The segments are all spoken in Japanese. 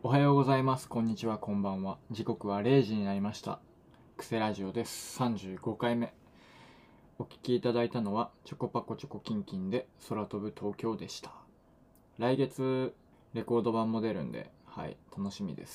おはようございます。こんにちは。こんばんは。時刻は0時になりました。クセラジオです。35回目。お聞きいただいたのはチョコパコチョコキンキンで空飛ぶ東京でした。来月レコード版も出るんで、楽しみです。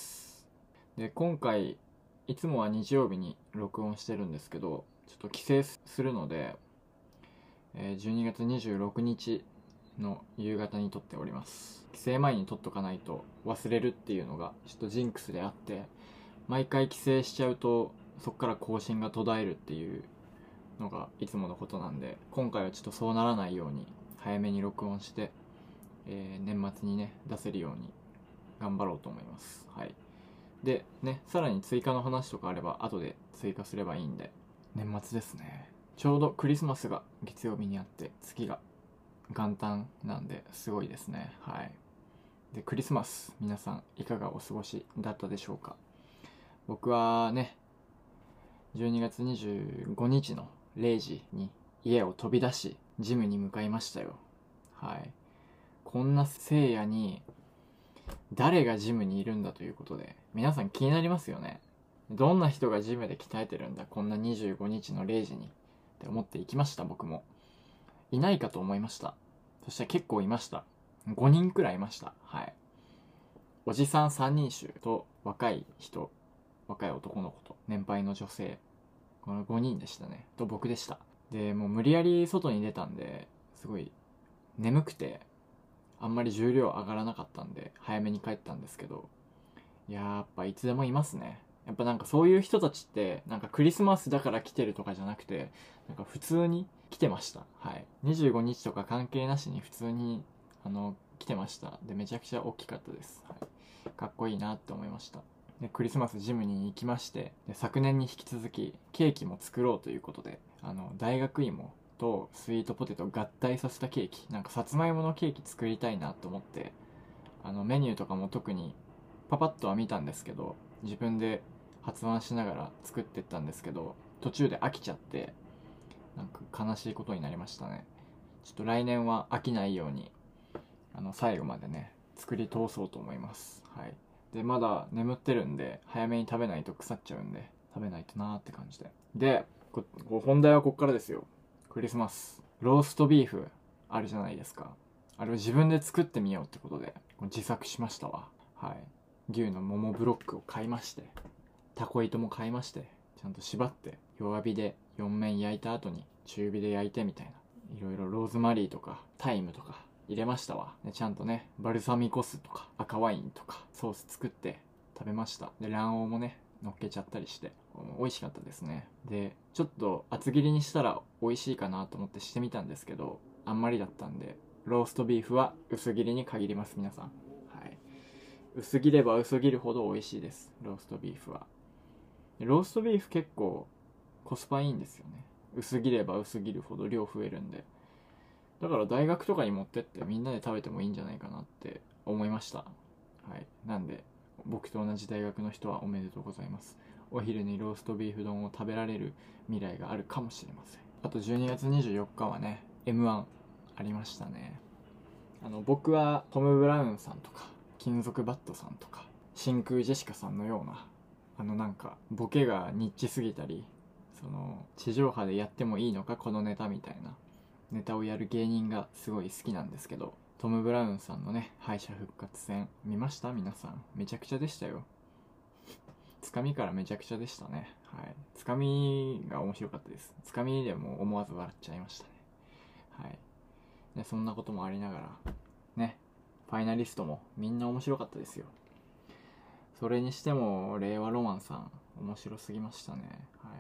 で、今回いつもは日曜日に録音してるんですけど、ちょっと帰省するので、12月26日の夕方に撮っております。帰省前に撮っとかないと忘れるっていうのがちょっとジンクスであって、毎回帰省しちゃうとそっから更新が途絶えるっていうのがいつものことなんで、今回はちょっとそうならないように早めに録音して、年末にね出せるように頑張ろうと思います。でね、さらに追加の話とかあれば後で追加すればいいんで。年末ですね。ちょうどクリスマスが月曜日にあって、月が元旦なんですごいですね。で、クリスマス皆さんいかがお過ごしだったでしょうか。僕はね、12月25日の0時に家を飛び出しジムに向かいましたよ。こんな聖夜に誰がジムにいるんだということで、皆さん気になりますよね。どんな人がジムで鍛えてるんだ、こんな25日の0時にって思って行きました。僕もいないかと思いました。そしたら結構いました。5人くらいいました。おじさん3人衆と若い人、若い男の子と年配の女性、この5人でしたね。と僕でした。で、もう無理やり外に出たんで、すごい眠くてあんまり重量上がらなかったんで早めに帰ったんですけど、やっぱいつでもいますね。やっぱなんかそういう人たちってなんかクリスマスだから来てるとかじゃなくて、なんか普通に来てました。25日とか関係なしに普通に来てました。で、めちゃくちゃ大きかったです。かっこいいなって思いました。で、クリスマスジムに行きまして、で昨年に引き続きケーキも作ろうということで、大学芋とスイートポテトを合体させたケーキ、なんかさつまいものケーキ作りたいなと思って、メニューとかも特にパパッとは見たんですけど、自分で発案しながら作ってったんですけど、途中で飽きちゃってなんか悲しいことになりましたね。ちょっと来年は飽きないように最後までね作り通そうと思います。で、まだ眠ってるんで早めに食べないと腐っちゃうんで、食べないとなーって感じで、本題はこっからですよ。クリスマスローストビーフあるじゃないですか。あれを自分で作ってみようってことで自作しましたわ。牛のももブロックを買いまして、タコ糸も買いまして、ちゃんと縛って弱火で4面焼いた後に中火で焼いてみたいな、いろいろローズマリーとかタイムとか入れましたわ。で、ちゃんとねバルサミコ酢とか赤ワインとかソース作って食べました。で、卵黄もね乗っけちゃったりして美味しかったですね。で、ちょっと厚切りにしたら美味しいかなと思ってしてみたんですけど、あんまりだったんで、ローストビーフは薄切りに限ります。皆さん、薄切れば薄切るほど美味しいです。ローストビーフは。ローストビーフ結構コスパいいんですよね。薄切れば薄切るほど量増えるんで。だから大学とかに持ってってみんなで食べてもいいんじゃないかなって思いました。なんで僕と同じ大学の人はおめでとうございます。お昼にローストビーフ丼を食べられる未来があるかもしれません。あと12月24日はね M1 ありましたね。僕はトム・ブラウンさんとか金属バットさんとか真空ジェシカさんのようななんかボケがニッチすぎたり、地上波でやってもいいのかこのネタみたいなネタをやる芸人がすごい好きなんですけど、トム・ブラウンさんのね敗者復活戦見ました？皆さんめちゃくちゃでしたよ。つかみからめちゃくちゃでしたね。つかみが面白かったです。つかみでも思わず笑っちゃいましたね。で、そんなこともありながらね、ファイナリストもみんな面白かったですよ。それにしても令和ロマンさん面白すぎましたね。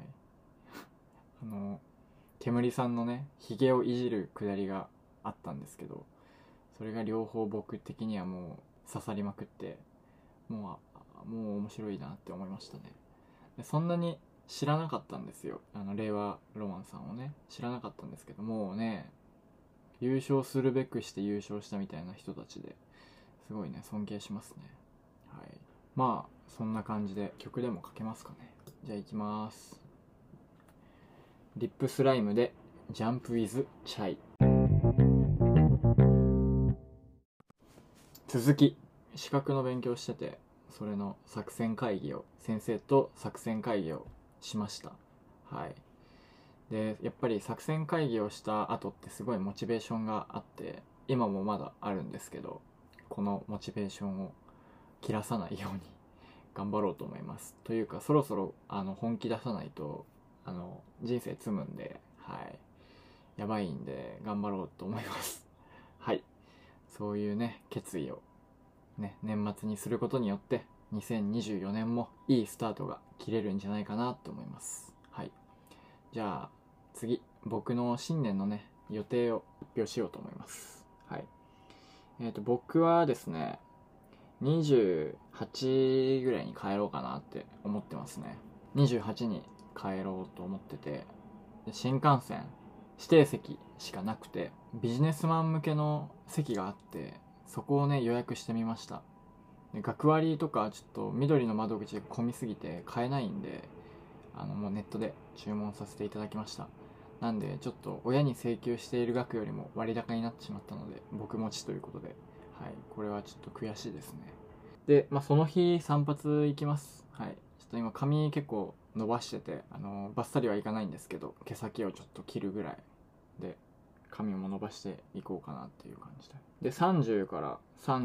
煙さんのねヒゲをいじるくだりがあったんですけど、それが両方僕的にはもう刺さりまくって、もう面白いなって思いましたね。で、そんなに知らなかったんですよ、令和ロマンさんをね知らなかったんですけど、もうね優勝するべくして優勝したみたいな人たちですごいね尊敬しますね。まあそんな感じで曲でもかけますかね。じゃあ行きます。リップスライムでジャンプウィズチャイ。続き資格の勉強してて、 それの作戦会議を先生と作戦会議をしました。はい。でやっぱり作戦会議をした後ってすごいモチベーションがあって、今もまだあるんですけど、このモチベーションを切らさないように頑張ろうと思います。というかそろそろ本気出さないと人生積むんで、はいやばいんで頑張ろうと思いますはい、そういうね決意をね年末にすることによって2024年もいいスタートが切れるんじゃないかなと思います。はい、じゃあ次、僕の新年のね予定を発表しようと思います。はい、僕はですね28ぐらいに帰ろうかなって思ってますね。28に帰ろうと思ってて、新幹線指定席しかなくて、ビジネスマン向けの席があって、そこをね予約してみました。で学割とかちょっと緑の窓口が混みすぎて買えないんで、もうネットで注文させていただきました。なんでちょっと親に請求している額よりも割高になってしまったので僕持ちということで、はい、これはちょっと悔しいですね。で、その日散髪行きます。はい、ちょっと今髪結構伸ばしてて、バッサリはいかないんですけど、毛先をちょっと切るぐらいで髪も伸ばしていこうかなっていう感じで、30から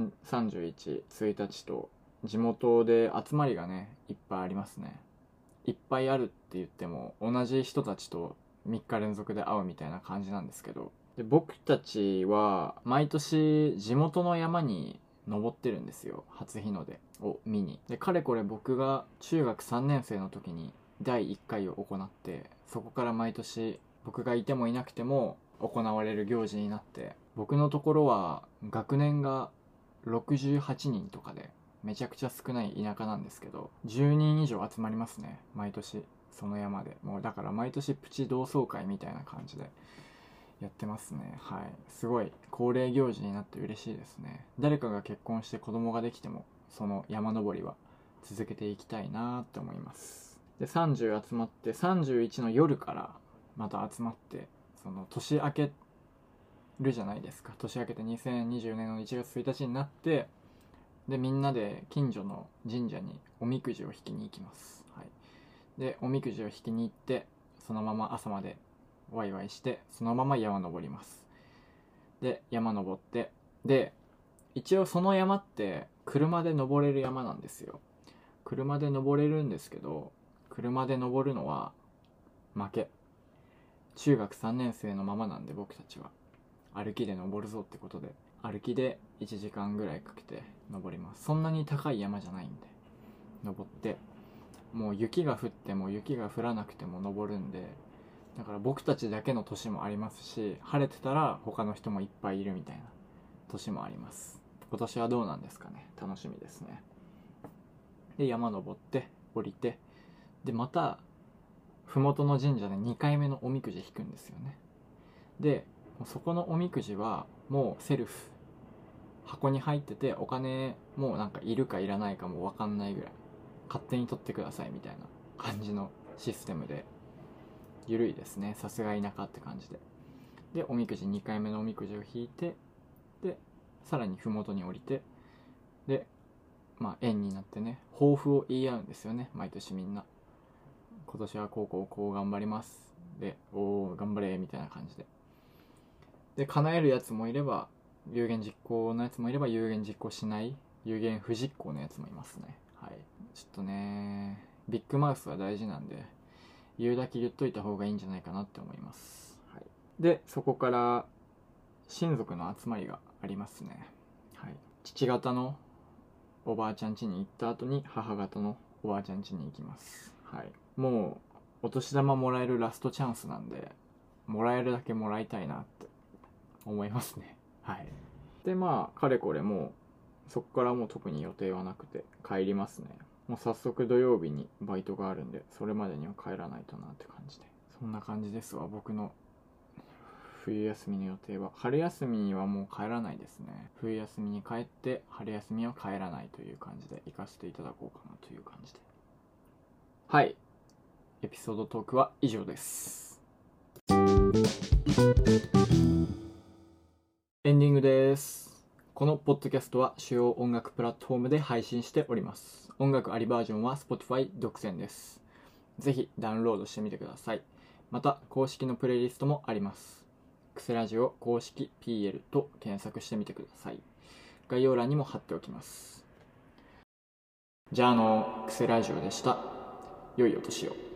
31、1日と地元で集まりがねいっぱいありますね。いっぱいあるって言っても同じ人たちと3日連続で会うみたいな感じなんですけど、で僕たちは毎年地元の山に登ってるんですよ、初日の出を見に。でかれこれ僕が中学3年生の時に第1回を行って、そこから毎年僕がいてもいなくても行われる行事になって、僕のところは学年が68人とかでめちゃくちゃ少ない田舎なんですけど、10人以上集まりますね毎年、その山で。もうだから毎年プチ同窓会みたいな感じでやってますね。はい、すごい恒例行事になって嬉しいですね。誰かが結婚して子供ができてもその山登りは続けていきたいなって思います。で30集まって31の夜からまた集まって、その年明けるじゃないですか。年明けて2020年の1月1日になって、でみんなで近所の神社におみくじを引きに行きます。はい、でおみくじを引きに行って、そのまま朝までワイワイして、そのまま山登ります。で山登って、で一応その山って車で登れる山なんですよ。車で登れるんですけど、車で登るのは負け。中学3年生のままなんで、僕たちは歩きで登るぞってことで歩きで1時間ぐらいかけて登ります。そんなに高い山じゃないんで登って、もう雪が降っても雪が降らなくても登るんで、だから僕たちだけの年もありますし、晴れてたら他の人もいっぱいいるみたいな年もあります。今年はどうなんですかね、楽しみですね。で山登って降りて、でまた麓の神社で2回目のおみくじ引くんですよね。でそこのおみくじはもうセルフ、箱に入ってて、お金もうなんかいるかいらないかも分かんないぐらい勝手に取ってくださいみたいな感じのシステムで、ゆるいですね、さすが田舎って感じで。でおみくじ2回目のおみくじを引いて、でさらに麓に降りて、で円になってね抱負を言い合うんですよね、毎年みんな。今年はこう頑張ります、でおー頑張れみたいな感じで。で叶えるやつもいれば有言実行のやつもいれば、有言実行しない有言不実行のやつもいますね。はい、ちょっとねビッグマウスは大事なんで、言うだけ言っといた方がいいんじゃないかなって思います。はい、でそこから親族の集まりがありますね。はい、父方のおばあちゃん家に行った後に母方のおばあちゃん家に行きます。はい、もうお年玉もらえるラストチャンスなんで、もらえるだけもらいたいなって思いますね。はい、でかれこれもうそこからもう特に予定はなくて帰りますね。もう早速土曜日にバイトがあるんで、それまでには帰らないとなって感じで、そんな感じですわ、僕の冬休みの予定は。春休みにはもう帰らないですね。冬休みに帰って春休みは帰らないという感じで行かせていただこうかなという感じで。はい、エピソードトークは以上です。エンディングです。 このポッドキャストは主要音楽プラットフォームで配信しております。音楽ありバージョンは Spotify 独占です。ぜひダウンロードしてみてください。また公式のプレイリストもあります。クセラジオ公式 PL と検索してみてください。概要欄にも貼っておきます。じゃあクセラジオでした。良いお年を。